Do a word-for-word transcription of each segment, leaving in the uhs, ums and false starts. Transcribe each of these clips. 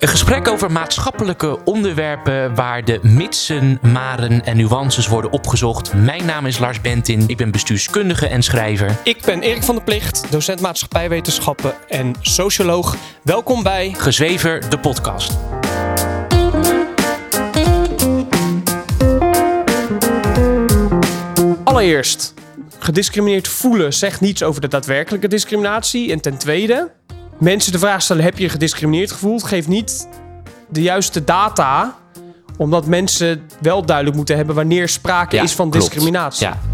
Een gesprek over maatschappelijke onderwerpen waar de mitsen, maren en nuances worden opgezocht. Mijn naam is Lars Bentin, ik ben bestuurskundige en schrijver. Ik ben Erik van der Plicht, docent maatschappijwetenschappen en socioloog. Welkom bij Gezwever, de podcast. Allereerst, gediscrimineerd voelen zegt niets over de daadwerkelijke discriminatie. En ten tweede, mensen de vraag stellen, heb je je gediscrimineerd gevoeld? Geeft niet de juiste data, omdat mensen wel duidelijk moeten hebben wanneer sprake Ja, is van klopt. discriminatie. Ja.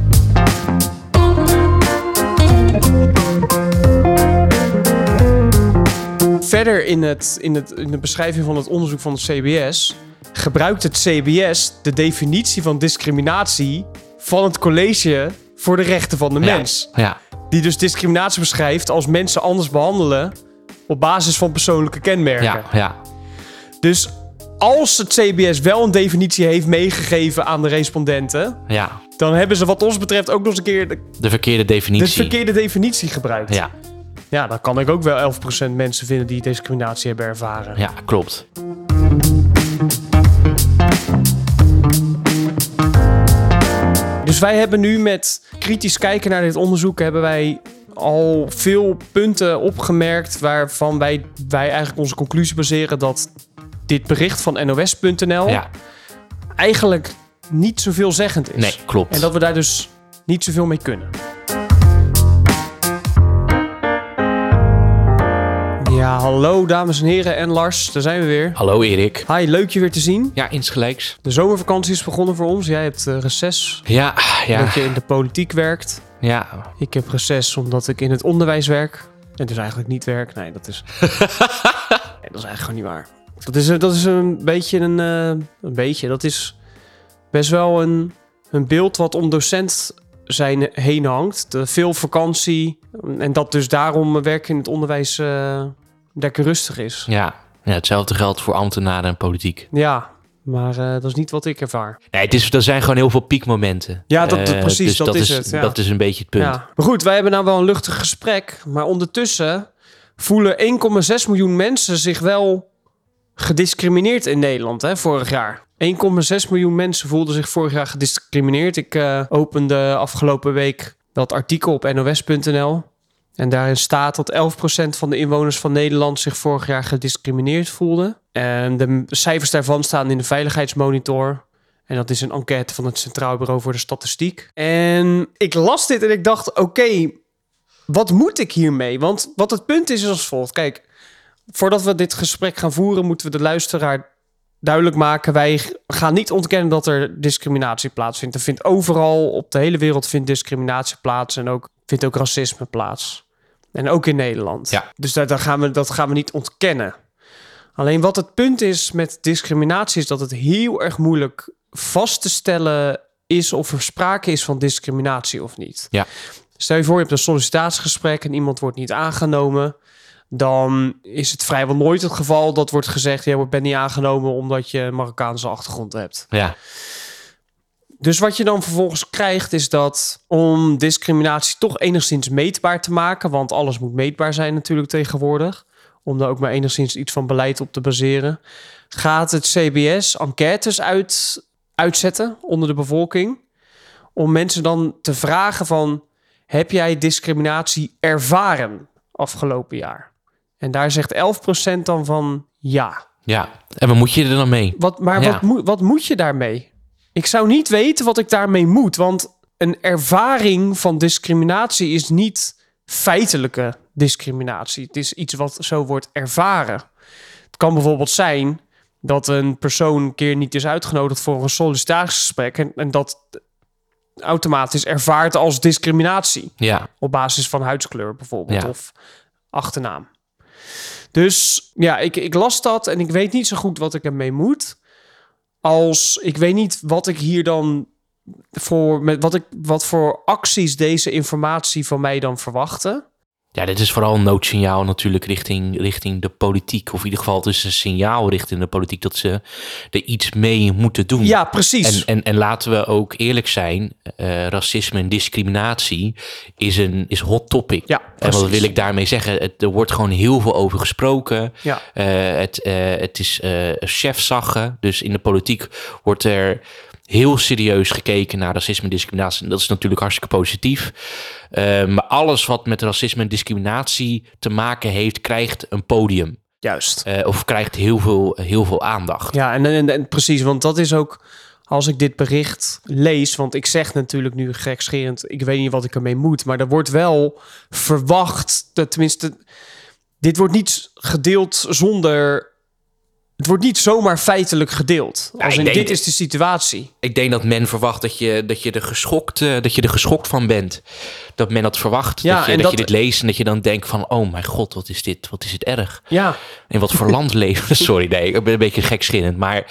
Verder in, het, in, het, in de beschrijving van het onderzoek van het C B S gebruikt het C B S de definitie van discriminatie van het college voor de rechten van de Ja. mens. Ja. Die dus discriminatie beschrijft als mensen anders behandelen op basis van persoonlijke kenmerken. Ja. Ja. Dus als het C B S wel een definitie heeft meegegeven aan de respondenten, Ja. dan hebben ze wat ons betreft ook nog eens een keer de, De verkeerde de definitie. verkeerde definitie gebruikt. Ja. Ja, dan kan ik ook wel elf procent mensen vinden die discriminatie hebben ervaren. Ja, klopt. Dus wij hebben nu met kritisch kijken naar dit onderzoek, hebben wij al veel punten opgemerkt waarvan wij, wij eigenlijk onze conclusie baseren dat dit bericht van N O S punt N L Ja. eigenlijk niet zoveel zeggend is. Nee, klopt. En dat we daar dus niet zoveel mee kunnen. Ja, hallo dames en heren en Lars, daar zijn we weer. Hallo Erik. Hi, leuk je weer te zien. Ja, insgelijks. De zomervakantie is begonnen voor ons. Jij hebt uh, reces, Ja, ja, omdat je in de politiek werkt. ja. Ik heb reces omdat ik in het onderwijs werk. En dus eigenlijk niet werk. Nee, dat is... nee, dat is eigenlijk gewoon niet waar. Dat is, dat is een beetje een... Uh, een beetje, dat is best wel een, een beeld wat om docent zijn heen hangt. De veel vakantie. En dat dus daarom werken in het onderwijs uh, lekker rustig is. Ja. Ja, hetzelfde geldt voor ambtenaren en politiek. Ja, maar uh, dat is niet wat ik ervaar. Nee, het is, er zijn gewoon heel veel piekmomenten. Ja, dat, Eh, precies, dus dat, is het. Ja. Dat is een beetje het punt. Ja. Maar goed, wij hebben nou wel een luchtig gesprek. Maar ondertussen voelen één komma zes miljoen mensen zich wel gediscrimineerd in Nederland, hè, vorig jaar. één komma zes miljoen mensen voelden zich vorig jaar gediscrimineerd. Ik uh, opende afgelopen week dat artikel op N O S punt N L. En daarin staat dat elf procent van de inwoners van Nederland zich vorig jaar gediscrimineerd voelden. En de cijfers daarvan staan in de Veiligheidsmonitor. En dat is een enquête van het Centraal Bureau voor de Statistiek. En ik las dit en ik dacht, oké, okay, wat moet ik hiermee? Want wat het punt is, is als volgt. Kijk, voordat we dit gesprek gaan voeren, moeten we de luisteraar duidelijk maken. Wij gaan niet ontkennen dat er discriminatie plaatsvindt. Er vindt overal op de hele wereld vindt discriminatie plaats. En ook vindt ook racisme plaats. En ook in Nederland. Ja. Dus dat, dat, gaan we, dat gaan we niet ontkennen. Alleen wat het punt is met discriminatie is dat het heel erg moeilijk vast te stellen is of er sprake is van discriminatie of niet. Ja. Stel je voor, je hebt een sollicitatiegesprek en iemand wordt niet aangenomen. Dan is het vrijwel nooit het geval dat wordt gezegd, je bent niet aangenomen omdat je een Marokkaanse achtergrond hebt. Ja. Dus wat je dan vervolgens krijgt is dat om discriminatie toch enigszins meetbaar te maken, want alles moet meetbaar zijn natuurlijk tegenwoordig, om daar ook maar enigszins iets van beleid op te baseren, gaat het C B S enquêtes uit, uitzetten onder de bevolking, om mensen dan te vragen van, heb jij discriminatie ervaren afgelopen jaar? En daar zegt elf procent dan van ja. Ja. En wat moet je er dan mee? Wat, maar Ja. wat, moet, wat moet je daarmee? Ik zou niet weten wat ik daarmee moet, want een ervaring van discriminatie is niet feitelijke discriminatie. Het is iets wat zo wordt ervaren. Het kan bijvoorbeeld zijn dat een persoon een keer niet is uitgenodigd voor een sollicitatiegesprek en, en dat automatisch ervaart als discriminatie. Ja. Op basis van huidskleur bijvoorbeeld, Ja. of achternaam. Dus ja, ik, ik las dat en ik weet niet zo goed wat ik ermee moet. Als ik weet niet wat ik hier dan voor met wat ik wat voor acties deze informatie van mij dan verwachten. Ja, dit is vooral een noodsignaal natuurlijk richting, richting de politiek. Of in ieder geval, het is een signaal richting de politiek dat ze er iets mee moeten doen. Ja, precies. En, en, en laten we ook eerlijk zijn, uh, racisme en discriminatie is een is hot topic. Ja, en wat wil ik daarmee zeggen? Het, er wordt gewoon heel veel over gesproken. Ja. Uh, het, uh, het is uh, chefzagge. Dus in de politiek wordt er heel serieus gekeken naar racisme en discriminatie. En dat is natuurlijk hartstikke positief. Uh, maar alles wat met racisme en discriminatie te maken heeft, krijgt een podium. Juist. Uh, of krijgt heel veel, heel veel aandacht. Ja, en, en, en precies, want dat is ook als ik dit bericht lees, want ik zeg natuurlijk nu gekscherend, ik weet niet wat ik ermee moet, maar er wordt wel verwacht, dat, tenminste, dit wordt niet gedeeld zonder... Het wordt niet zomaar feitelijk gedeeld. Als Ja, in, denk, dit is de situatie. Ik denk dat men verwacht dat je, dat je, er, geschokt, uh, dat je er geschokt van bent. Dat men dat verwacht. Ja, dat je, en dat dat, je dit leest en dat je dan denkt van... oh mijn god, wat is dit? Wat is het erg? Ja. In wat voor land leven? Sorry, nee, ik ben een beetje gekscherend. Maar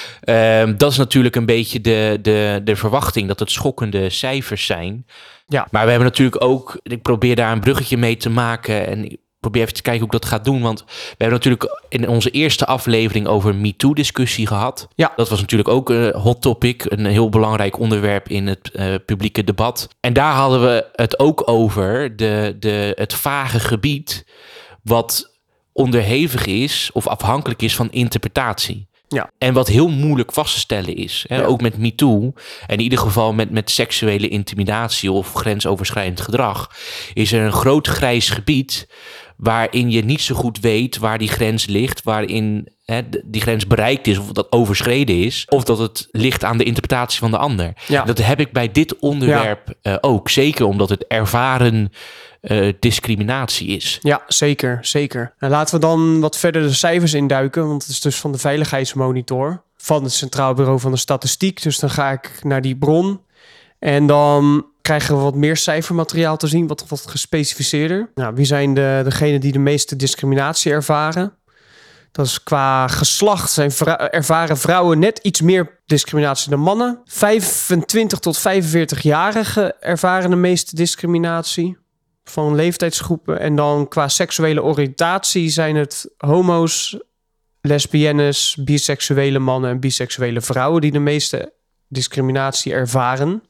uh, dat is natuurlijk een beetje de, de, de verwachting... dat het schokkende cijfers zijn. Ja. Maar we hebben natuurlijk ook... Ik probeer daar een bruggetje mee te maken... en probeer even te kijken hoe ik dat ga doen. Want we hebben natuurlijk in onze eerste aflevering over MeToo-discussie gehad. Ja. Dat was natuurlijk ook een hot topic. Een heel belangrijk onderwerp in het uh, publieke debat. En daar hadden we het ook over de, de, het vage gebied wat onderhevig is of afhankelijk is van interpretatie. Ja. En wat heel moeilijk vast te stellen is. Hè? Ja. Ook met MeToo. En in ieder geval met, met seksuele intimidatie of grensoverschrijdend gedrag. Is er een groot grijs gebied waarin je niet zo goed weet waar die grens ligt. Waarin hè, die grens bereikt is of dat overschreden is. Of dat het ligt aan de interpretatie van de ander. Ja. Dat heb ik bij dit onderwerp ja. uh, ook. Zeker omdat het ervaren uh, discriminatie is. Ja, zeker, zeker. En laten we dan wat verder de cijfers induiken. Want het is dus van de Veiligheidsmonitor van het Centraal Bureau van de Statistiek. Dus dan ga ik naar die bron. En dan krijgen we wat meer cijfermateriaal te zien, wat, wat gespecificeerder. Nou, wie zijn de, degenen die de meeste discriminatie ervaren? Dat is qua geslacht zijn vrou- ervaren vrouwen net iets meer discriminatie dan mannen. vijfentwintig tot vijfenveertig-jarigen ervaren de meeste discriminatie van leeftijdsgroepen. En dan qua seksuele oriëntatie zijn het homo's, lesbiennes, biseksuele mannen en biseksuele vrouwen die de meeste discriminatie ervaren.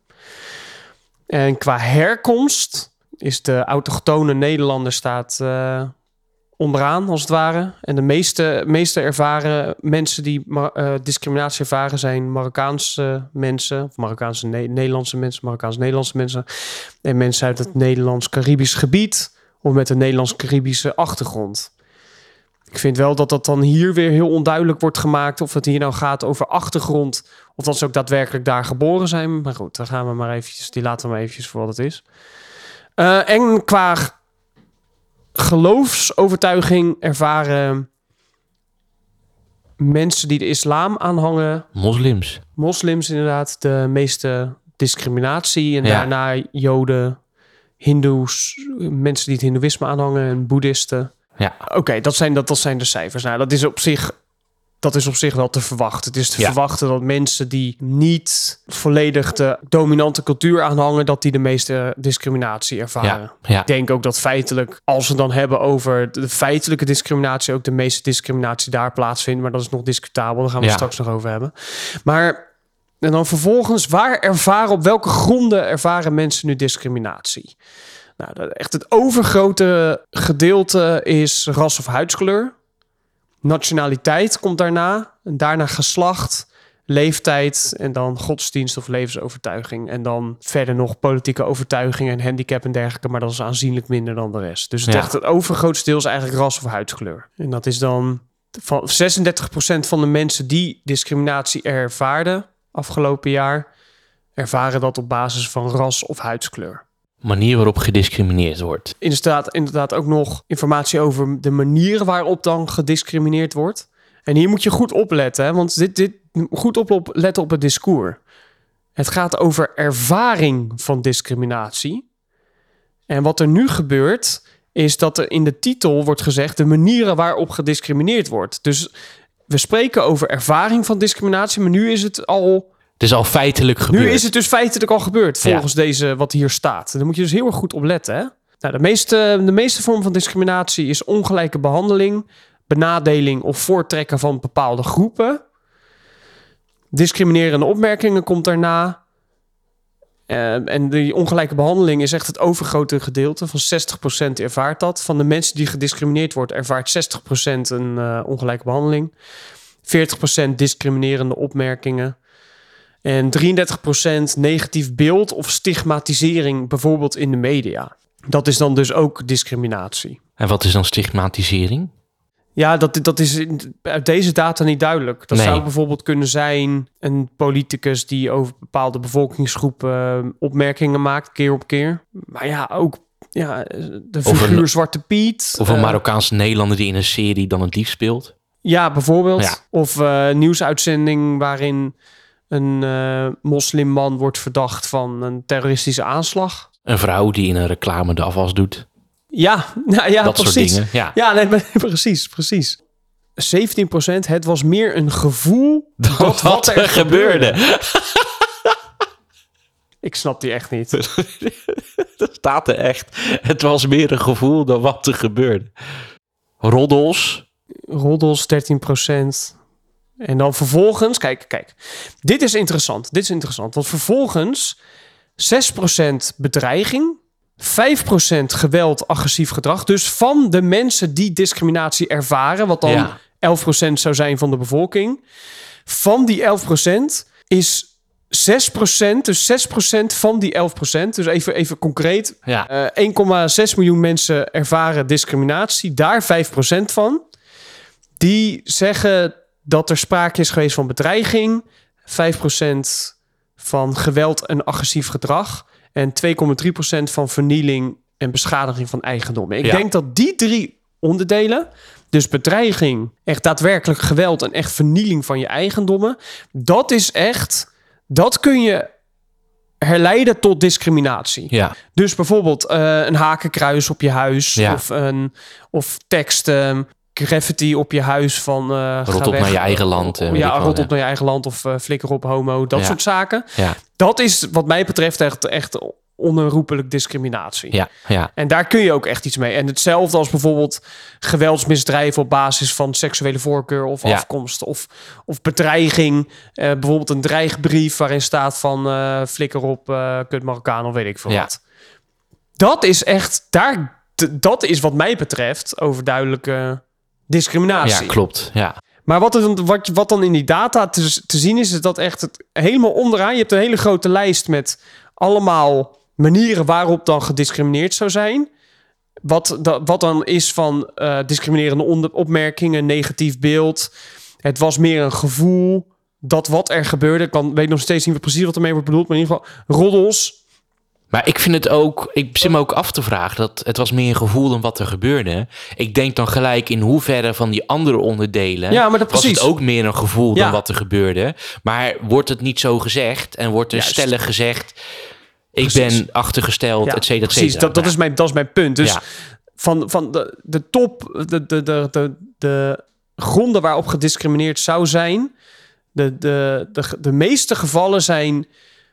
En qua herkomst is de autochtone Nederlander staat uh, onderaan, als het ware. En de meeste, meeste ervaren mensen die uh, discriminatie ervaren zijn Marokkaanse mensen, of Marokkaanse ne- Nederlandse mensen, Marokkaans-Nederlandse mensen en mensen uit het Nederlands-Caribisch gebied of met een Nederlands-Caribische achtergrond. Ik vind wel dat dat dan hier weer heel onduidelijk wordt gemaakt of het hier nou gaat over achtergrond of dat ze ook daadwerkelijk daar geboren zijn. Maar goed, dan gaan we maar eventjes, die laten we maar eventjes voor wat het is. Uh, en qua geloofsovertuiging ervaren mensen die de islam aanhangen, Moslims. Moslims inderdaad, de meeste discriminatie. En ja. daarna Joden, Hindoes, mensen die het Hindoeïsme aanhangen en Boeddhisten. Ja. Oké, okay, dat, zijn, dat, dat zijn de cijfers. Nou, dat is op zich, dat is op zich wel te verwachten. Het is te ja. verwachten dat mensen die niet volledig de dominante cultuur aanhangen, dat die de meeste discriminatie ervaren. Ja. Ja. Ik denk ook dat feitelijk, als we het dan hebben over de feitelijke discriminatie, ook de meeste discriminatie daar plaatsvindt. Maar dat is nog discutabel, daar gaan we ja. het straks nog over hebben. Maar en dan vervolgens, waar ervaren, op welke gronden ervaren mensen nu discriminatie? Nou, echt het overgrote gedeelte is ras of huidskleur. Nationaliteit komt daarna. En daarna geslacht, leeftijd en dan godsdienst of levensovertuiging. En dan verder nog politieke overtuiging en handicap en dergelijke. Maar dat is aanzienlijk minder dan de rest. Dus het, ja. echt, het overgrootste deel is eigenlijk ras of huidskleur. En dat is dan van zesendertig procent van de mensen die discriminatie ervaarden afgelopen jaar, ervaren dat op basis van ras of huidskleur. Manier waarop gediscrimineerd wordt. Inderdaad, inderdaad ook nog informatie over de manieren waarop dan gediscrimineerd wordt. En hier moet je goed opletten, hè, want dit, dit goed opletten op het discours. Het gaat over ervaring van discriminatie. En wat er nu gebeurt, is dat er in de titel wordt gezegd de manieren waarop gediscrimineerd wordt. Dus we spreken over ervaring van discriminatie, maar nu is het al... Het is al feitelijk gebeurd. Nu is het dus feitelijk al gebeurd, volgens ja. deze wat hier staat. Daar moet je dus heel erg goed op letten. Hè? Nou, de meeste, de meeste vorm van discriminatie is ongelijke behandeling, benadeling of voortrekken van bepaalde groepen. Discriminerende opmerkingen komt daarna. Uh, en die ongelijke behandeling is echt het overgrote gedeelte. Van zestig procent ervaart dat. Van de mensen die gediscrimineerd wordt, ervaart zestig procent een uh, ongelijke behandeling. veertig procent discriminerende opmerkingen. En drieëndertig procent negatief beeld of stigmatisering, bijvoorbeeld in de media. Dat is dan dus ook discriminatie. En wat is dan stigmatisering? Ja, dat, dat is uit deze data niet duidelijk. Dat Nee. zou bijvoorbeeld kunnen zijn een politicus die over bepaalde bevolkingsgroepen opmerkingen maakt, keer op keer. Maar ja, ook ja, de figuur een- Zwarte Piet. Of een eh, Marokkaanse Nederlander die in een serie dan een dief speelt? Ja, bijvoorbeeld. Ja. Of uh, nieuwsuitzending waarin een uh, moslimman wordt verdacht van een terroristische aanslag. Een vrouw die in een reclame de afwas doet? Ja, nou ja, dat precies. soort dingen. Ja. Ja, nee, maar precies, precies. zeventien procent, het was meer een gevoel dat, Dat wat er gebeurde. gebeurde. Ik snap die echt niet. Dat staat er echt. Het was meer een gevoel dan wat er gebeurde. Roddels. Roddels, dertien procent. En dan vervolgens, kijk, kijk. Dit is interessant, dit is interessant. Want vervolgens zes procent bedreiging, vijf procent geweld, agressief gedrag. Dus van de mensen die discriminatie ervaren, wat dan Ja. elf procent zou zijn van de bevolking. Van die elf procent is zes procent, dus zes procent van die elf procent. Dus even, even concreet. Ja. Uh, één komma zes miljoen mensen ervaren discriminatie. Daar vijf procent van. Die zeggen dat er sprake is geweest van bedreiging. vijf procent van geweld en agressief gedrag. En twee komma drie procent van vernieling en beschadiging van eigendommen. Ik Ja. denk dat die drie onderdelen, dus bedreiging, echt daadwerkelijk geweld en echt vernieling van je eigendommen, dat is echt, dat kun je herleiden tot discriminatie. Ja. Dus bijvoorbeeld uh, een hakenkruis op je huis, Ja. of, een, of teksten, graffiti op je huis van uh, Rot ga op weg. naar je eigen land, eh, weet Ja, ik wel, rot ja. op naar je eigen land of uh, flikker op homo, dat Ja. soort zaken. Ja. Dat is wat mij betreft echt, echt onherroepelijk discriminatie. Ja. Ja. En daar kun je ook echt iets mee. En hetzelfde als bijvoorbeeld geweldsmisdrijven op basis van seksuele voorkeur of Ja. afkomst. Of, of bedreiging. Uh, bijvoorbeeld een dreigbrief waarin staat van uh, flikker op, uh, kut Marokkaan of weet ik veel Ja. wat. Dat is echt, daar, t- dat is wat mij betreft overduidelijke discriminatie. Ja, klopt. Ja. Maar wat, er, wat, wat dan in die data te, te zien is, is dat echt het helemaal onderaan. Je hebt een hele grote lijst met allemaal manieren waarop dan gediscrimineerd zou zijn. Wat, da, wat dan is van uh, discriminerende onder, opmerkingen, negatief beeld. Het was meer een gevoel dat wat er gebeurde. Ik kan, weet nog steeds niet meer precies wat ermee wordt bedoeld, maar in ieder geval roddels. Maar ik vind het ook, ik zit me ook af te vragen dat het was meer een gevoel dan wat er gebeurde. Ik denk dan gelijk in hoeverre van die andere onderdelen Ja, maar dat was precies. het ook meer een gevoel Ja. dan wat er gebeurde. Maar wordt het niet zo gezegd en wordt er Juist. stellig gezegd, ik Precies. ben achtergesteld, Ja, et cetera, et precies. cetera. Dat, dat, is mijn, dat is mijn punt. Dus Ja. van, van de, de top, de, de, de, de, de gronden waarop gediscrimineerd zou zijn, de, de, de, de meeste gevallen zijn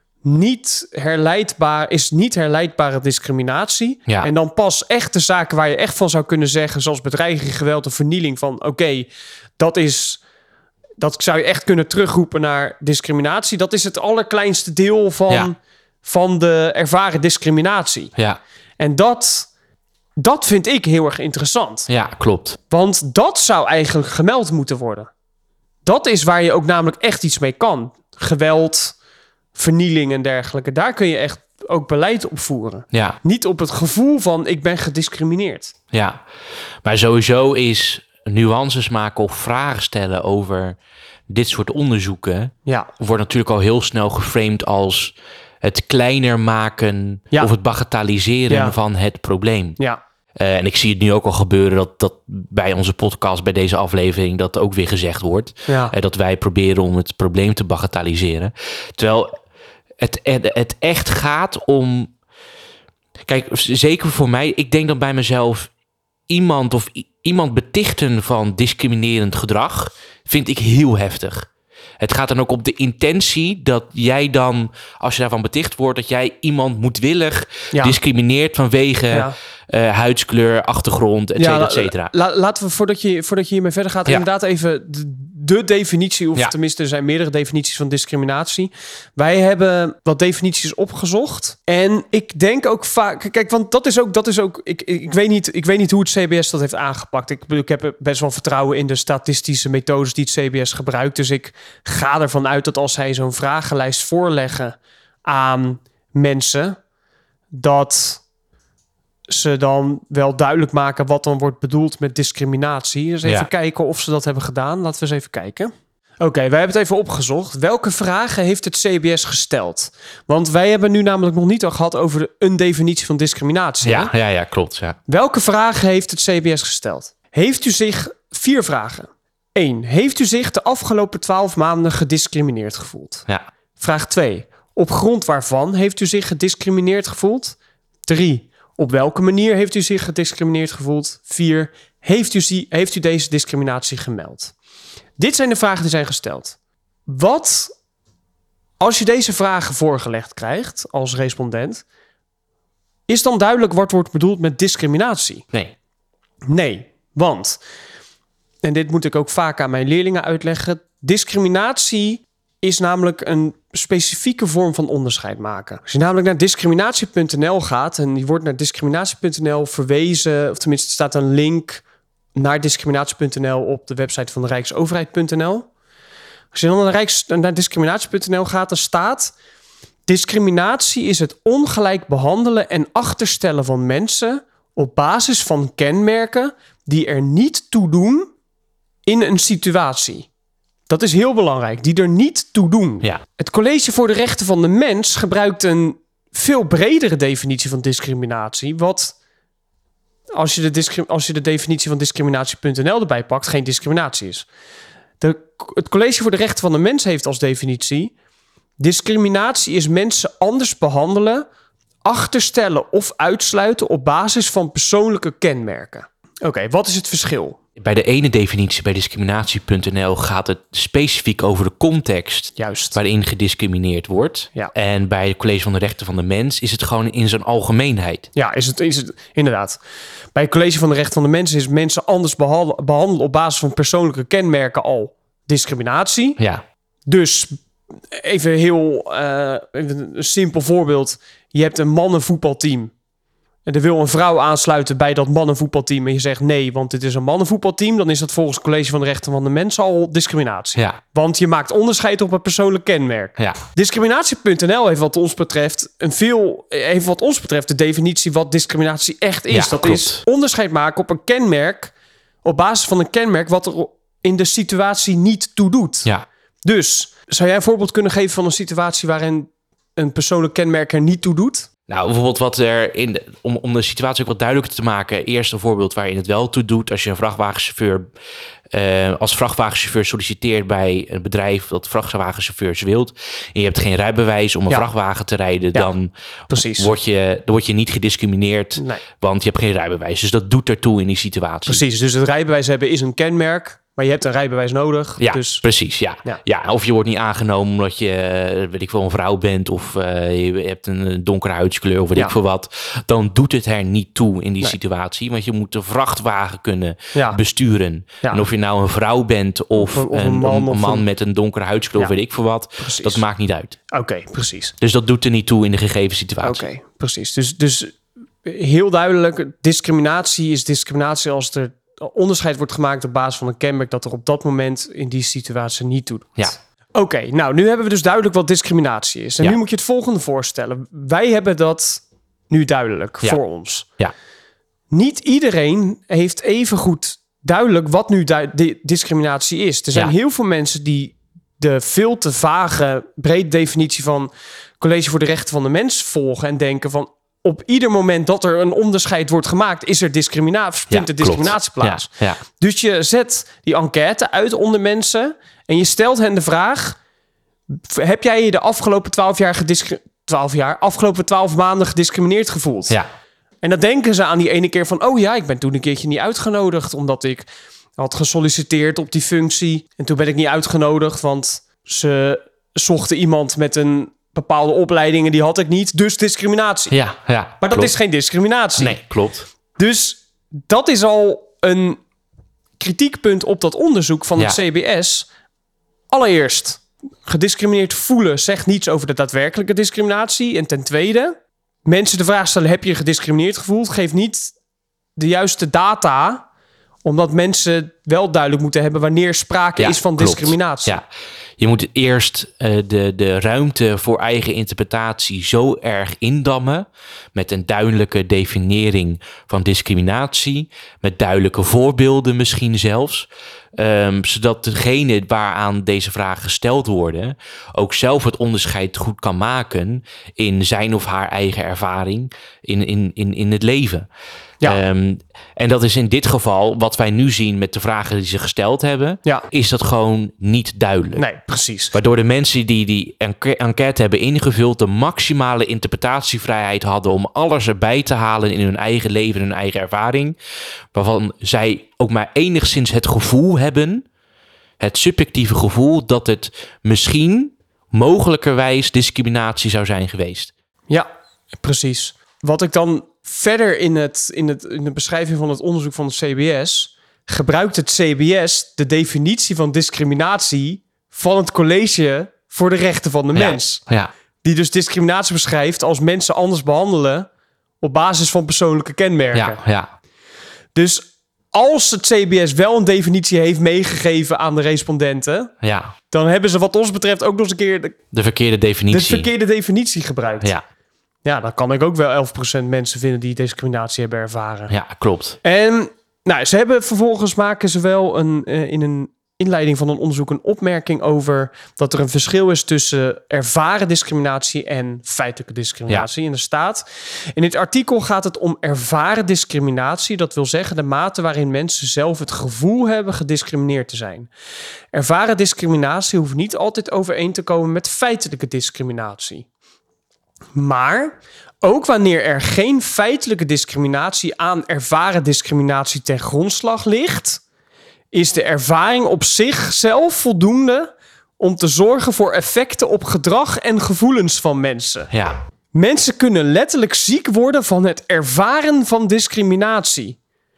niet herleidbaar, is niet herleidbare discriminatie. Ja. En dan pas echt de zaken waar je echt van zou kunnen zeggen, zoals bedreiging, geweld of vernieling, van oké, okay, dat is, dat zou je echt kunnen terugroepen naar discriminatie. Dat is het allerkleinste deel van, Ja. van de ervaren discriminatie. Ja, En dat, dat vind ik heel erg interessant. ja, klopt. Want dat zou eigenlijk gemeld moeten worden. Dat is waar je ook namelijk echt iets mee kan. Geweld, vernieling en dergelijke. Daar kun je echt ook beleid op voeren. Ja, Niet op het gevoel van ik ben gediscrimineerd. ja. Maar sowieso is nuances maken of vragen stellen over dit soort onderzoeken Ja, wordt natuurlijk al heel snel geframed als het kleiner maken Ja. of het bagatelliseren Ja. van het probleem. ja, Uh, en ik zie het nu ook al gebeuren dat, dat bij onze podcast, bij deze aflevering, dat ook weer gezegd wordt. ja. Uh, dat wij proberen om het probleem te bagatelliseren. Terwijl het, het, het echt gaat om... Kijk, zeker voor mij, ik denk dan bij mezelf, iemand of i- iemand betichten van discriminerend gedrag vind ik heel heftig. Het gaat dan ook op de intentie dat jij dan, als je daarvan beticht wordt, dat jij iemand moedwillig Ja. discrimineert vanwege Ja. uh, huidskleur, achtergrond, et cetera, ja, et cetera. La, laten we, voordat je, voordat je hiermee verder gaat, Ja. inderdaad even de, de definitie, of Ja. tenminste er zijn meerdere definities van discriminatie. Wij hebben wat definities opgezocht. En ik denk ook vaak, kijk, want dat is ook, dat is ook ik, ik, ik, weet niet, ik weet niet hoe het C B S dat heeft aangepakt. Ik, ik heb best wel vertrouwen in de statistische methodes die het C B S gebruikt. Dus ik ga ervan uit dat als zij zo'n vragenlijst voorleggen aan mensen, dat ze dan wel duidelijk maken wat dan wordt bedoeld met discriminatie. Dus even Ja. kijken of ze dat hebben gedaan. Laten we eens even kijken. Oké, wij hebben het even opgezocht. Welke vragen heeft het C B S gesteld? Want wij hebben nu namelijk nog niet al gehad over de, een definitie van discriminatie. Ja, hè? ja, ja, klopt. Ja. Welke vragen heeft het C B S gesteld? Heeft u zich... Vier vragen. Eén. Heeft u zich de afgelopen twaalf maanden gediscrimineerd gevoeld? Ja. Vraag twee. Op grond waarvan heeft u zich gediscrimineerd gevoeld? Drie. Op welke manier heeft u zich gediscrimineerd gevoeld? Vier. Heeft u, zie- heeft u deze discriminatie gemeld? Dit zijn de vragen die zijn gesteld. Wat, als je deze vragen voorgelegd krijgt als respondent, is dan duidelijk wat wordt bedoeld met discriminatie? Nee. Nee, want, en dit moet ik ook vaak aan mijn leerlingen uitleggen, discriminatie is namelijk een specifieke vorm van onderscheid maken. Als je namelijk naar discriminatie punt n l gaat en je wordt naar discriminatie punt n l verwezen, of tenminste er staat een link naar discriminatie punt n l op de website van de rijksoverheid punt n l. Als je dan naar, Rijks, naar discriminatie punt n l gaat, dan staat: discriminatie is het ongelijk behandelen en achterstellen van mensen op basis van kenmerken die er niet toe doen in een situatie. Dat is heel belangrijk, die er niet toe doen. Ja. Het College voor de Rechten van de Mens gebruikt een veel bredere definitie van discriminatie, wat, als je de, discri- als je de definitie van discriminatie punt n l erbij pakt, geen discriminatie is. De, het College voor de Rechten van de Mens heeft als definitie: discriminatie is mensen anders behandelen, achterstellen of uitsluiten op basis van persoonlijke kenmerken. Oké, okay, wat is het verschil? Bij de ene definitie, bij discriminatie punt n l, gaat het specifiek over de context Juist. waarin gediscrimineerd wordt. Ja. En bij het College van de Rechten van de Mens is het gewoon in zijn algemeenheid. Ja, is het, is het inderdaad. Bij het College van de Rechten van de Mens is mensen anders behal- behandelen op basis van persoonlijke kenmerken al discriminatie. Ja. Dus even heel uh, even een simpel voorbeeld. Je hebt een mannenvoetbalteam. En er wil een vrouw aansluiten bij dat mannenvoetbalteam. En je zegt nee, want dit is een mannenvoetbalteam. Dan is dat volgens het College van de Rechten van de Mens al discriminatie. Ja. Want je maakt onderscheid op een persoonlijk kenmerk. Ja. discriminatie punt n l heeft wat ons betreft een veel, heeft wat ons betreft de definitie wat discriminatie echt is. Ja, dat klopt. is onderscheid maken op een kenmerk, op basis van een kenmerk wat er in de situatie niet toe doet. Ja. Dus zou jij een voorbeeld kunnen geven van een situatie waarin een persoonlijk kenmerk er niet toe doet? Nou, bijvoorbeeld wat er in de, om, om de situatie ook wat duidelijker te maken. Eerst een voorbeeld waarin het wel toe doet. Als je een vrachtwagenchauffeur uh, als vrachtwagenchauffeur solliciteert bij een bedrijf dat vrachtwagenchauffeurs wilt, en je hebt geen rijbewijs om een Ja. vrachtwagen te rijden, Ja, dan precies. word je, dan word je niet gediscrimineerd, Nee. want je hebt geen rijbewijs. Dus dat doet ertoe in die situatie. Precies, dus het rijbewijs hebben is een kenmerk, maar je hebt een rijbewijs nodig. Ja, dus precies. Ja. Ja. Ja. Of je wordt niet aangenomen omdat je, eh, weet ik wel, een vrouw bent, of uh, je hebt een donkere huidskleur of weet Ja. ik veel wat. Dan doet het er niet toe in die Nee. situatie. Want je moet de vrachtwagen kunnen Ja. besturen. Ja. En of je nou een vrouw bent of, Of een- of een, een man, een of man een- met een donkere huidskleur Ja. of weet ik veel wat. Precies. Dat maakt niet uit. Oké, precies. Dus dat doet er niet toe in de gegeven situatie. Oké, precies. Dus, dus heel duidelijk, discriminatie is discriminatie als er onderscheid wordt gemaakt op basis van een kenmerk dat er op dat moment in die situatie niet toe doet. Ja. Oké, nou nu hebben we dus duidelijk wat discriminatie is. En Ja. nu moet je het volgende voorstellen. Wij hebben dat nu duidelijk Ja. voor ons. Ja. Niet iedereen heeft even goed duidelijk wat nu du- di- discriminatie is. Er zijn Ja. heel veel mensen die de veel te vage, brede definitie van College voor de Rechten van de Mens volgen en denken van op ieder moment dat er een onderscheid wordt gemaakt, is er discriminatie, vindt er klopt. discriminatie plaats. Ja. Ja. Dus je zet die enquête uit onder mensen en je stelt hen de vraag: heb jij je de afgelopen twaalf jaar gediscri- twaalf jaar, afgelopen twaalf maanden gediscrimineerd gevoeld? Ja. En dan denken ze aan die ene keer van, oh ja, ik ben toen een keertje niet uitgenodigd omdat ik had gesolliciteerd op die functie. En toen ben ik niet uitgenodigd, want ze zochten iemand met een bepaalde opleiding en die had ik niet. Dus discriminatie. Ja. Ja. Maar dat klopt. is geen discriminatie. Nee, klopt. Dus dat is al een kritiekpunt op dat onderzoek van het Ja. C B S. Allereerst, gediscrimineerd voelen zegt niets over de daadwerkelijke discriminatie. En ten tweede, mensen de vraag stellen, heb je gediscrimineerd gevoeld? Geeft niet de juiste data, omdat mensen wel duidelijk moeten hebben wanneer sprake Ja, is van klopt. discriminatie. Ja, je moet eerst uh, de, de ruimte voor eigen interpretatie zo erg indammen, met een duidelijke definiëring van discriminatie, met duidelijke voorbeelden misschien zelfs, um, zodat degene waaraan deze vragen gesteld worden ook zelf het onderscheid goed kan maken in zijn of haar eigen ervaring in, in, in, in het leven. Ja. Um, en dat is in dit geval, wat wij nu zien met de vragen die ze gesteld hebben, Ja. is dat gewoon niet duidelijk. Nee, precies. Waardoor de mensen die die enque- enquête hebben ingevuld de maximale interpretatievrijheid hadden om alles erbij te halen in hun eigen leven en hun eigen ervaring. Waarvan zij ook maar enigszins het gevoel hebben, het subjectieve gevoel, dat het misschien mogelijkerwijs discriminatie zou zijn geweest. Ja, precies. Wat ik dan verder in, het, in, het, in de beschrijving van het onderzoek van het C B S... gebruikt het C B S de definitie van discriminatie van het College voor de Rechten van de Mens. Ja, ja. Die dus discriminatie beschrijft als mensen anders behandelen op basis van persoonlijke kenmerken. Ja, ja. Dus als het C B S wel een definitie heeft meegegeven aan de respondenten, ja. dan hebben ze wat ons betreft ook nog eens een keer de, De verkeerde de definitie. verkeerde definitie gebruikt. Ja, Ja, dan kan ik ook wel elf procent mensen vinden die discriminatie hebben ervaren. ja, klopt. En nou, ze hebben vervolgens maken ze wel een, uh, in een inleiding van een onderzoek een opmerking over dat er een verschil is tussen ervaren discriminatie en feitelijke discriminatie. Ja. En er staat, in dit artikel gaat het om ervaren discriminatie. Dat wil zeggen de mate waarin mensen zelf het gevoel hebben gediscrimineerd te zijn. Ervaren discriminatie hoeft niet altijd overeen te komen met feitelijke discriminatie. Maar ook wanneer er geen feitelijke discriminatie aan ervaren discriminatie ten grondslag ligt, is de ervaring op zichzelf voldoende om te zorgen voor effecten op gedrag en gevoelens van mensen. Ja, Mensen kunnen letterlijk ziek worden van het ervaren van discriminatie.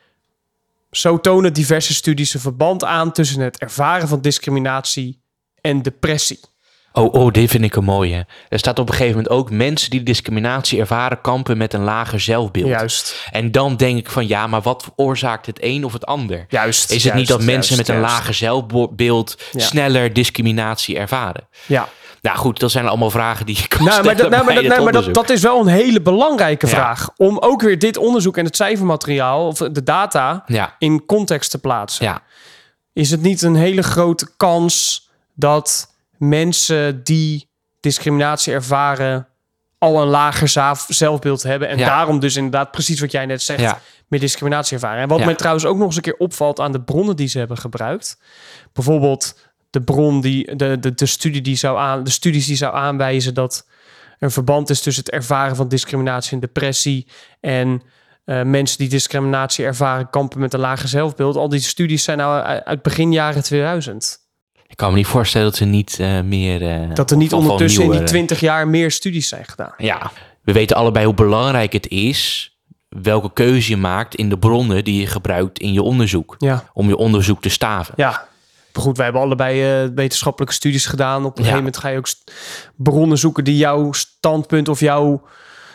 Zo tonen diverse studies een verband aan tussen het ervaren van discriminatie en depressie. Oh, oh, dit vind ik een mooie. Er staat op een gegeven moment ook mensen die discriminatie ervaren kampen met een lager zelfbeeld. Juist. En dan denk ik van ja, maar wat veroorzaakt het een of het ander? Juist. Is het juist, niet dat mensen juist, met een juist. lager zelfbeeld Ja. sneller discriminatie ervaren? Ja. Nou goed, dat zijn allemaal vragen die je kan Nou, maar, stellen dat, nou, maar, bij dat, dit nou, maar dat, onderzoek. dat is wel een hele belangrijke Ja. vraag. Om ook weer dit onderzoek en het cijfermateriaal, of de data, Ja, in context te plaatsen. ja, Is het niet een hele grote kans dat mensen die discriminatie ervaren al een lager zaaf- zelfbeeld hebben en Ja. daarom dus inderdaad precies wat jij net zegt, ja, meer discriminatie ervaren. En wat Ja. mij trouwens ook nog eens een keer opvalt aan de bronnen die ze hebben gebruikt. Bijvoorbeeld de bron die de, de, de studie die zou aan de studies die zou aanwijzen dat er een verband is tussen het ervaren van discriminatie en depressie en uh, mensen die discriminatie ervaren kampen met een lager zelfbeeld. Al die studies zijn nou uit, uit begin jaren tweeduizend. ik kan me niet voorstellen dat ze niet uh, meer... Uh, Dat er niet of van ondertussen in die nieuwe- twintig jaar meer studies zijn gedaan. Ja, we weten allebei hoe belangrijk het is welke keuze je maakt in de bronnen die je gebruikt in je onderzoek. Ja, Om je onderzoek te staven. ja. Maar goed, wij hebben allebei uh, wetenschappelijke studies gedaan. Op een gegeven moment ga je ook st- bronnen zoeken die jouw standpunt of jouw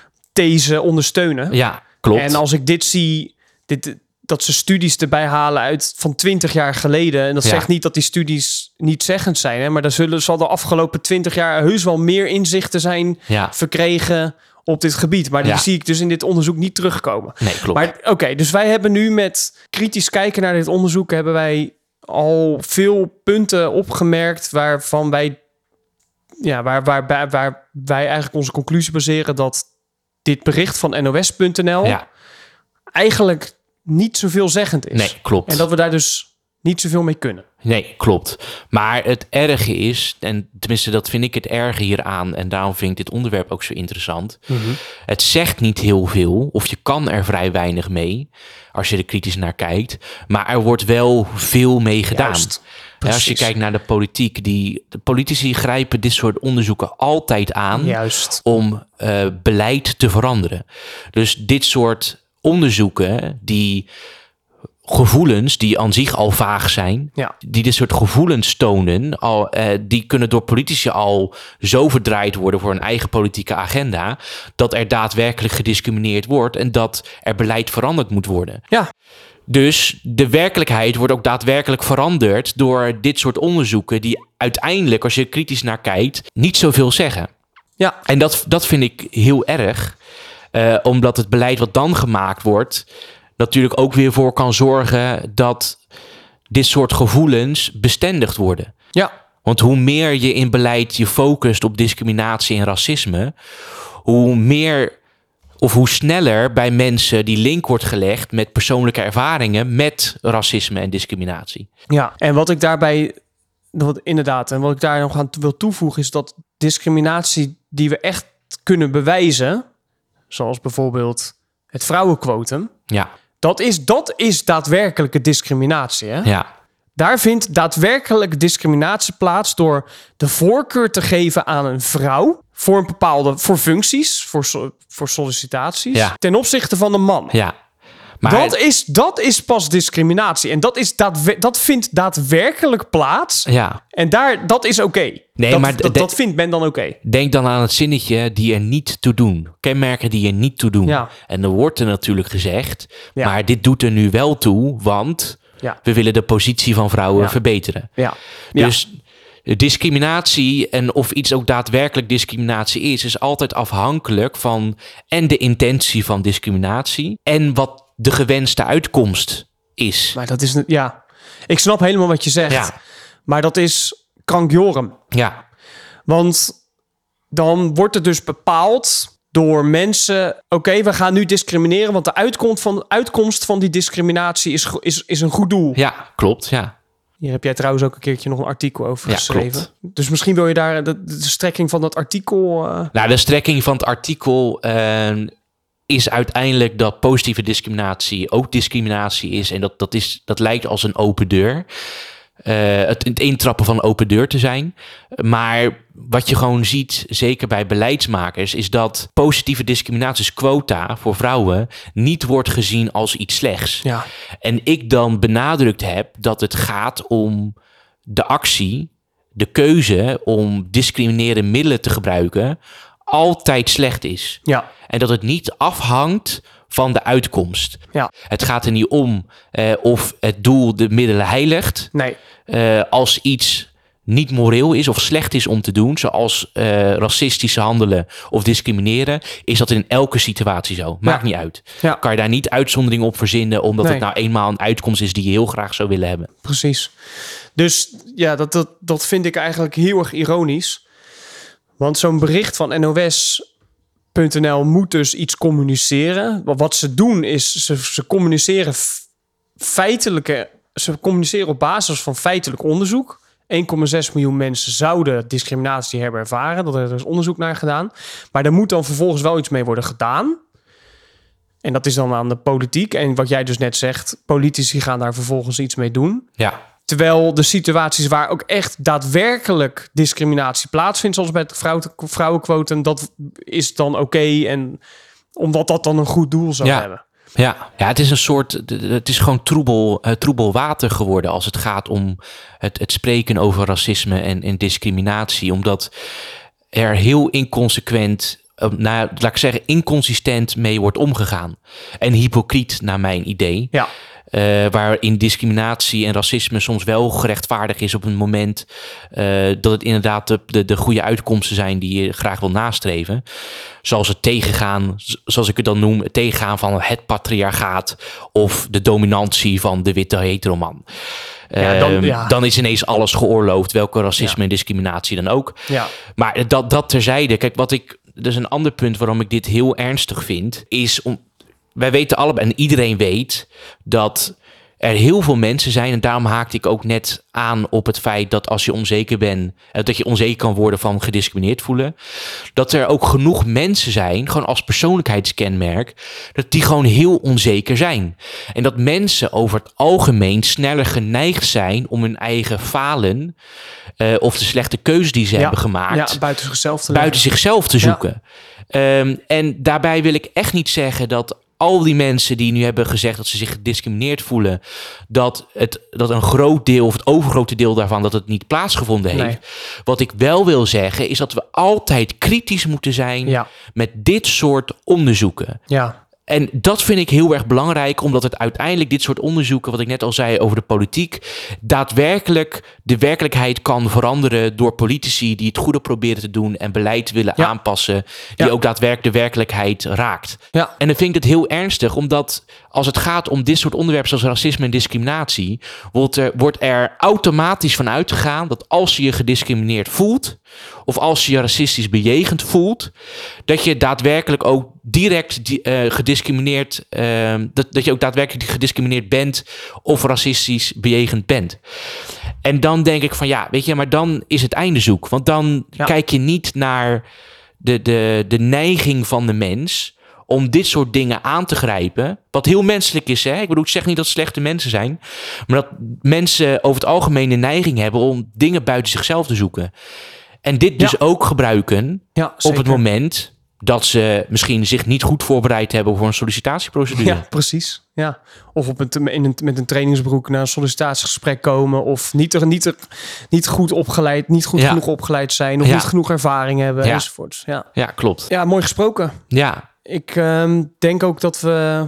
these ondersteunen. Ja, klopt. En als ik dit zie, dit, dat ze studies erbij halen uit van twintig jaar geleden. En dat Ja. zegt niet dat die studies niet zeggend zijn. Hè, maar daar zullen, zal de afgelopen twintig jaar heus wel meer inzichten zijn Ja, verkregen op dit gebied. Maar die Ja. zie ik dus in dit onderzoek niet terugkomen. nee, klopt. Maar oké, dus wij hebben nu met kritisch kijken naar dit onderzoek hebben wij al veel punten opgemerkt waarvan wij, ja, waar, waar, waar, waar wij eigenlijk onze conclusie baseren dat dit bericht van N O S punt N L Ja, eigenlijk niet zoveel zeggend is. nee, klopt. En dat we daar dus niet zoveel mee kunnen. Nee, klopt. Maar het erge is, en tenminste dat vind ik het erge hieraan, en daarom vind ik dit onderwerp ook zo interessant. Het zegt niet heel veel, of je kan er vrij weinig mee, als je er kritisch naar kijkt. Maar er wordt wel veel mee gedaan. Juist. Ja, als je Precies. kijkt naar de politiek, die, de politici grijpen dit soort onderzoeken altijd aan Juist. om uh, beleid te veranderen. Dus dit soort onderzoeken die gevoelens die aan zich al vaag zijn, Ja. die dit soort gevoelens tonen, al, eh, die kunnen door politici al zo verdraaid worden voor een eigen politieke agenda, dat er daadwerkelijk gediscrimineerd wordt en dat er beleid veranderd moet worden. Ja. Dus de werkelijkheid wordt ook daadwerkelijk veranderd door dit soort onderzoeken die uiteindelijk, als je er kritisch naar kijkt, niet zoveel zeggen. Ja. En dat, dat vind ik heel erg, uh, omdat het beleid wat dan gemaakt wordt natuurlijk ook weer voor kan zorgen dat dit soort gevoelens bestendigd worden. Ja. Want hoe meer je in beleid je focust op discriminatie en racisme, hoe meer of hoe sneller bij mensen die link wordt gelegd met persoonlijke ervaringen met racisme en discriminatie. Ja, en wat ik daarbij, wat inderdaad, en wat ik daar nog aan wil toevoegen, is dat discriminatie die we echt kunnen bewijzen, zoals bijvoorbeeld het vrouwenquotum, Ja. dat is, dat is daadwerkelijke discriminatie. Hè? Ja. Daar vindt daadwerkelijk discriminatie plaats door de voorkeur te geven aan een vrouw voor een bepaalde, voor functies, voor, so- voor sollicitaties, Ja. ten opzichte van een man. Ja. Maar Dat is, dat is pas discriminatie. En dat, is daadwer- dat vindt daadwerkelijk plaats. ja. En daar, dat is oké. Nee, dat, maar dat, de- dat vindt men dan oké. Denk dan aan het zinnetje die er niet toe doen. Kenmerken die er niet toe doen. Ja. En dan wordt er natuurlijk gezegd, Ja. maar dit doet er nu wel toe, want Ja. we willen de positie van vrouwen Ja. verbeteren. Ja. Ja. Dus discriminatie en of iets ook daadwerkelijk discriminatie is, is altijd afhankelijk van en de intentie van discriminatie en wat de gewenste uitkomst is. Maar dat is... een- Ja. Ik snap helemaal wat je zegt. Ja. Maar dat is krankjorum. Ja, Want dan wordt het dus bepaald door mensen... Oké, we gaan nu discrimineren, want de uitkomst van, uitkomst van die discriminatie is, go- is, is een goed doel. ja, klopt, ja. Hier heb jij trouwens ook een keertje nog een artikel over Ja, geschreven. klopt. Dus misschien wil je daar de, de strekking van dat artikel... eh, Nou, de strekking van het artikel eh, is uiteindelijk dat positieve discriminatie ook discriminatie is. En dat, dat, is, dat lijkt als een open deur. Uh, het, het intrappen van een open deur te zijn. Maar wat je gewoon ziet, zeker bij beleidsmakers, is dat positieve discriminatiesquota voor vrouwen niet wordt gezien als iets slechts. ja. En ik dan benadrukt heb dat het gaat om de actie, de keuze om discriminerende middelen te gebruiken, altijd slecht is. Ja. En dat het niet afhangt van de uitkomst. Ja. Het gaat er niet om eh, of het doel de middelen heiligt. Nee. Uh, als iets niet moreel is of slecht is om te doen, zoals uh, racistische handelen of discrimineren, is dat in elke situatie zo. Maakt Ja. niet uit. Ja. Kan je daar niet uitzonderingen op verzinnen, omdat Nee. het nou eenmaal een uitkomst is die je heel graag zou willen hebben. Precies. Dus ja, dat, dat, dat vind ik eigenlijk heel erg ironisch. Want zo'n bericht van N O S punt N L moet dus iets communiceren. Maar wat ze doen is, ze, ze communiceren f- feitelijke... Ze communiceren op basis van feitelijk onderzoek. één komma zes miljoen mensen zouden discriminatie hebben ervaren. Dat er is onderzoek naar gedaan. Maar er moet dan vervolgens wel iets mee worden gedaan. En dat is dan aan de politiek. En wat jij dus net zegt, politici gaan daar vervolgens iets mee doen. Ja, Terwijl de situaties waar ook echt daadwerkelijk discriminatie plaatsvindt, zoals bij het vrouw- vrouwenquotum, dat is dan oké. En omdat dat dan een goed doel zou Ja. hebben. ja, ja, het is een soort, het is gewoon troebel, uh, troebel water geworden als het gaat om het, het spreken over racisme en, en discriminatie. Omdat er heel inconsequent, uh, nou, laat ik zeggen, inconsistent mee wordt omgegaan. En hypocriet naar mijn idee. Ja, Uh, waarin discriminatie en racisme soms wel gerechtvaardigd is op een moment uh, dat het inderdaad de, de, de goede uitkomsten zijn die je graag wil nastreven. Zoals het tegengaan, zoals ik het dan noem, het tegengaan van het patriarchaat of de dominantie van de witte heteroman. Ja, dan- Um, ja. dan is ineens alles geoorloofd, welke racisme en discriminatie dan ook. ja, Maar dat, dat terzijde, kijk, wat ik, dus een ander punt waarom ik dit heel ernstig vind, is om, wij weten allebei, en iedereen weet, dat er heel veel mensen zijn, en daarom haakte ik ook net aan op het feit dat als je onzeker bent, eh, dat je onzeker kan worden van gediscrimineerd voelen, dat er ook genoeg mensen zijn, gewoon als persoonlijkheidskenmerk, dat die gewoon heel onzeker zijn. En dat mensen over het algemeen sneller geneigd zijn om hun eigen falen eh, of de slechte keuzes die ze ja. hebben gemaakt, Ja, buiten zichzelf te buiten leggen. zichzelf te zoeken. Um, en daarbij wil ik echt niet zeggen dat al die mensen die nu hebben gezegd dat ze zich gediscrimineerd voelen, dat, het, dat een groot deel of het overgrote deel daarvan dat het niet plaatsgevonden heeft. Nee. Wat ik wel wil zeggen is dat we altijd kritisch moeten zijn Ja. met dit soort onderzoeken. Ja. En dat vind ik heel erg belangrijk, omdat het uiteindelijk dit soort onderzoeken, wat ik net al zei over de politiek, daadwerkelijk de werkelijkheid kan veranderen door politici die het goede proberen te doen en beleid willen Ja. aanpassen, die Ja. ook daadwerkelijk de werkelijkheid raakt. Ja. En dan vind ik het heel ernstig, omdat als het gaat om dit soort onderwerpen zoals racisme en discriminatie, wordt er, wordt er automatisch van uitgegaan dat als je je gediscrimineerd voelt, of als je je racistisch bejegend voelt, dat je daadwerkelijk ook direct die, uh, gediscrimineerd, uh, dat, dat je ook daadwerkelijk gediscrimineerd bent of racistisch bejegend bent. En dan denk ik van ja, weet je, maar dan is het einde zoek. Want dan Ja. kijk kijk je niet naar de, de, de neiging van de mens om dit soort dingen aan te grijpen. Wat heel menselijk is, hè? Ik bedoel, ik zeg niet dat het slechte mensen zijn, maar dat mensen over het algemeen de neiging hebben om dingen buiten zichzelf te zoeken. En dit dus Ja. ook gebruiken Ja, op zeker. het moment dat ze misschien zich niet goed voorbereid hebben voor een sollicitatieprocedure. Ja, precies. Ja. Of op een, in een, met een trainingsbroek naar een sollicitatiegesprek komen. Of niet, er, niet, er, niet goed opgeleid, niet goed Ja. genoeg opgeleid zijn. Of Ja. niet genoeg ervaring hebben, Ja. enzovoorts. Ja. Ja, klopt. Ja, mooi gesproken. Ja, Ik ehm, denk ook dat we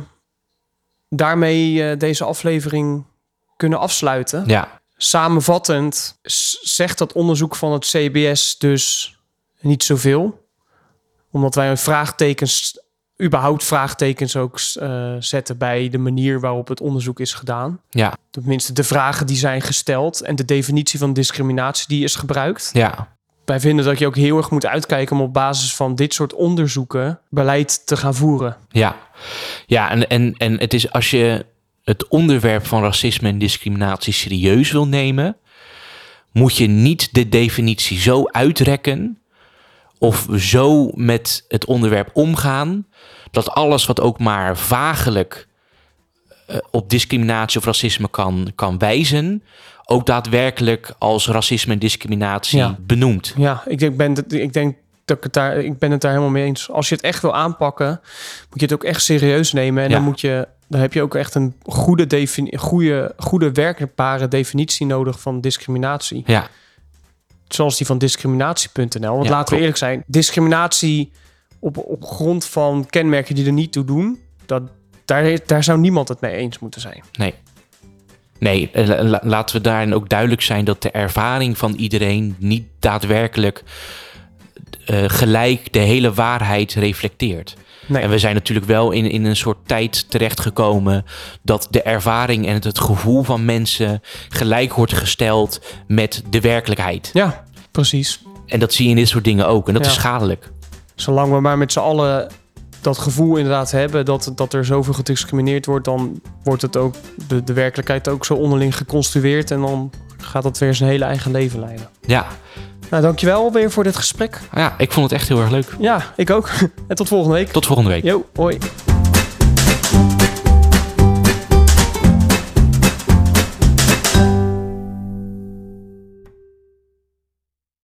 daarmee eh, deze aflevering kunnen afsluiten. ja, Samenvattend s- zegt dat onderzoek van het C B S dus niet zoveel. Omdat wij vraagtekens, überhaupt vraagtekens ook uh, zetten bij de manier waarop het onderzoek is gedaan. ja, Tenminste, de vragen die zijn gesteld en de definitie van discriminatie die is gebruikt. ja, Wij vinden dat je ook heel erg moet uitkijken om op basis van dit soort onderzoeken beleid te gaan voeren. ja. Ja, en, en, en het is als je het onderwerp van racisme en discriminatie serieus wil nemen, moet je niet de definitie zo uitrekken of zo met het onderwerp omgaan dat alles wat ook maar vagelijk uh, op discriminatie of racisme kan, kan wijzen, ook daadwerkelijk als racisme en discriminatie Ja. benoemt. Ja, ik denk, ben, het- ik denk dat ik het daar, ik ben het daar helemaal mee eens. Als je het echt wil aanpakken, moet je het ook echt serieus nemen. En Ja. dan moet je, dan heb je ook echt een goede, defini- goede, goede werkbare definitie nodig van discriminatie. Ja, Zoals die van discriminatie punt n l. Want Ja, laten we klopt. eerlijk zijn, discriminatie op, op grond van kenmerken die er niet toe doen, dat, daar, daar zou niemand het mee eens moeten zijn. nee. Nee, eh, la- la- laten we daarin ook duidelijk zijn dat de ervaring van iedereen niet daadwerkelijk uh, gelijk de hele waarheid reflecteert. Nee. En we zijn natuurlijk wel in, in een soort tijd terechtgekomen dat de ervaring en het, het gevoel van mensen gelijk wordt gesteld met de werkelijkheid. Ja, precies. En dat zie je in dit soort dingen ook. En dat Ja. is schadelijk. Zolang we maar met z'n allen dat gevoel inderdaad hebben dat, dat er zoveel gediscrimineerd wordt, dan wordt het ook de, de werkelijkheid ook zo onderling geconstrueerd en dan gaat dat weer zijn hele eigen leven leiden. Ja. Nou, dankjewel weer voor dit gesprek. ja, ik vond het echt heel erg leuk. Ja, ik ook. En tot volgende week. Tot volgende week. Jo, hoi.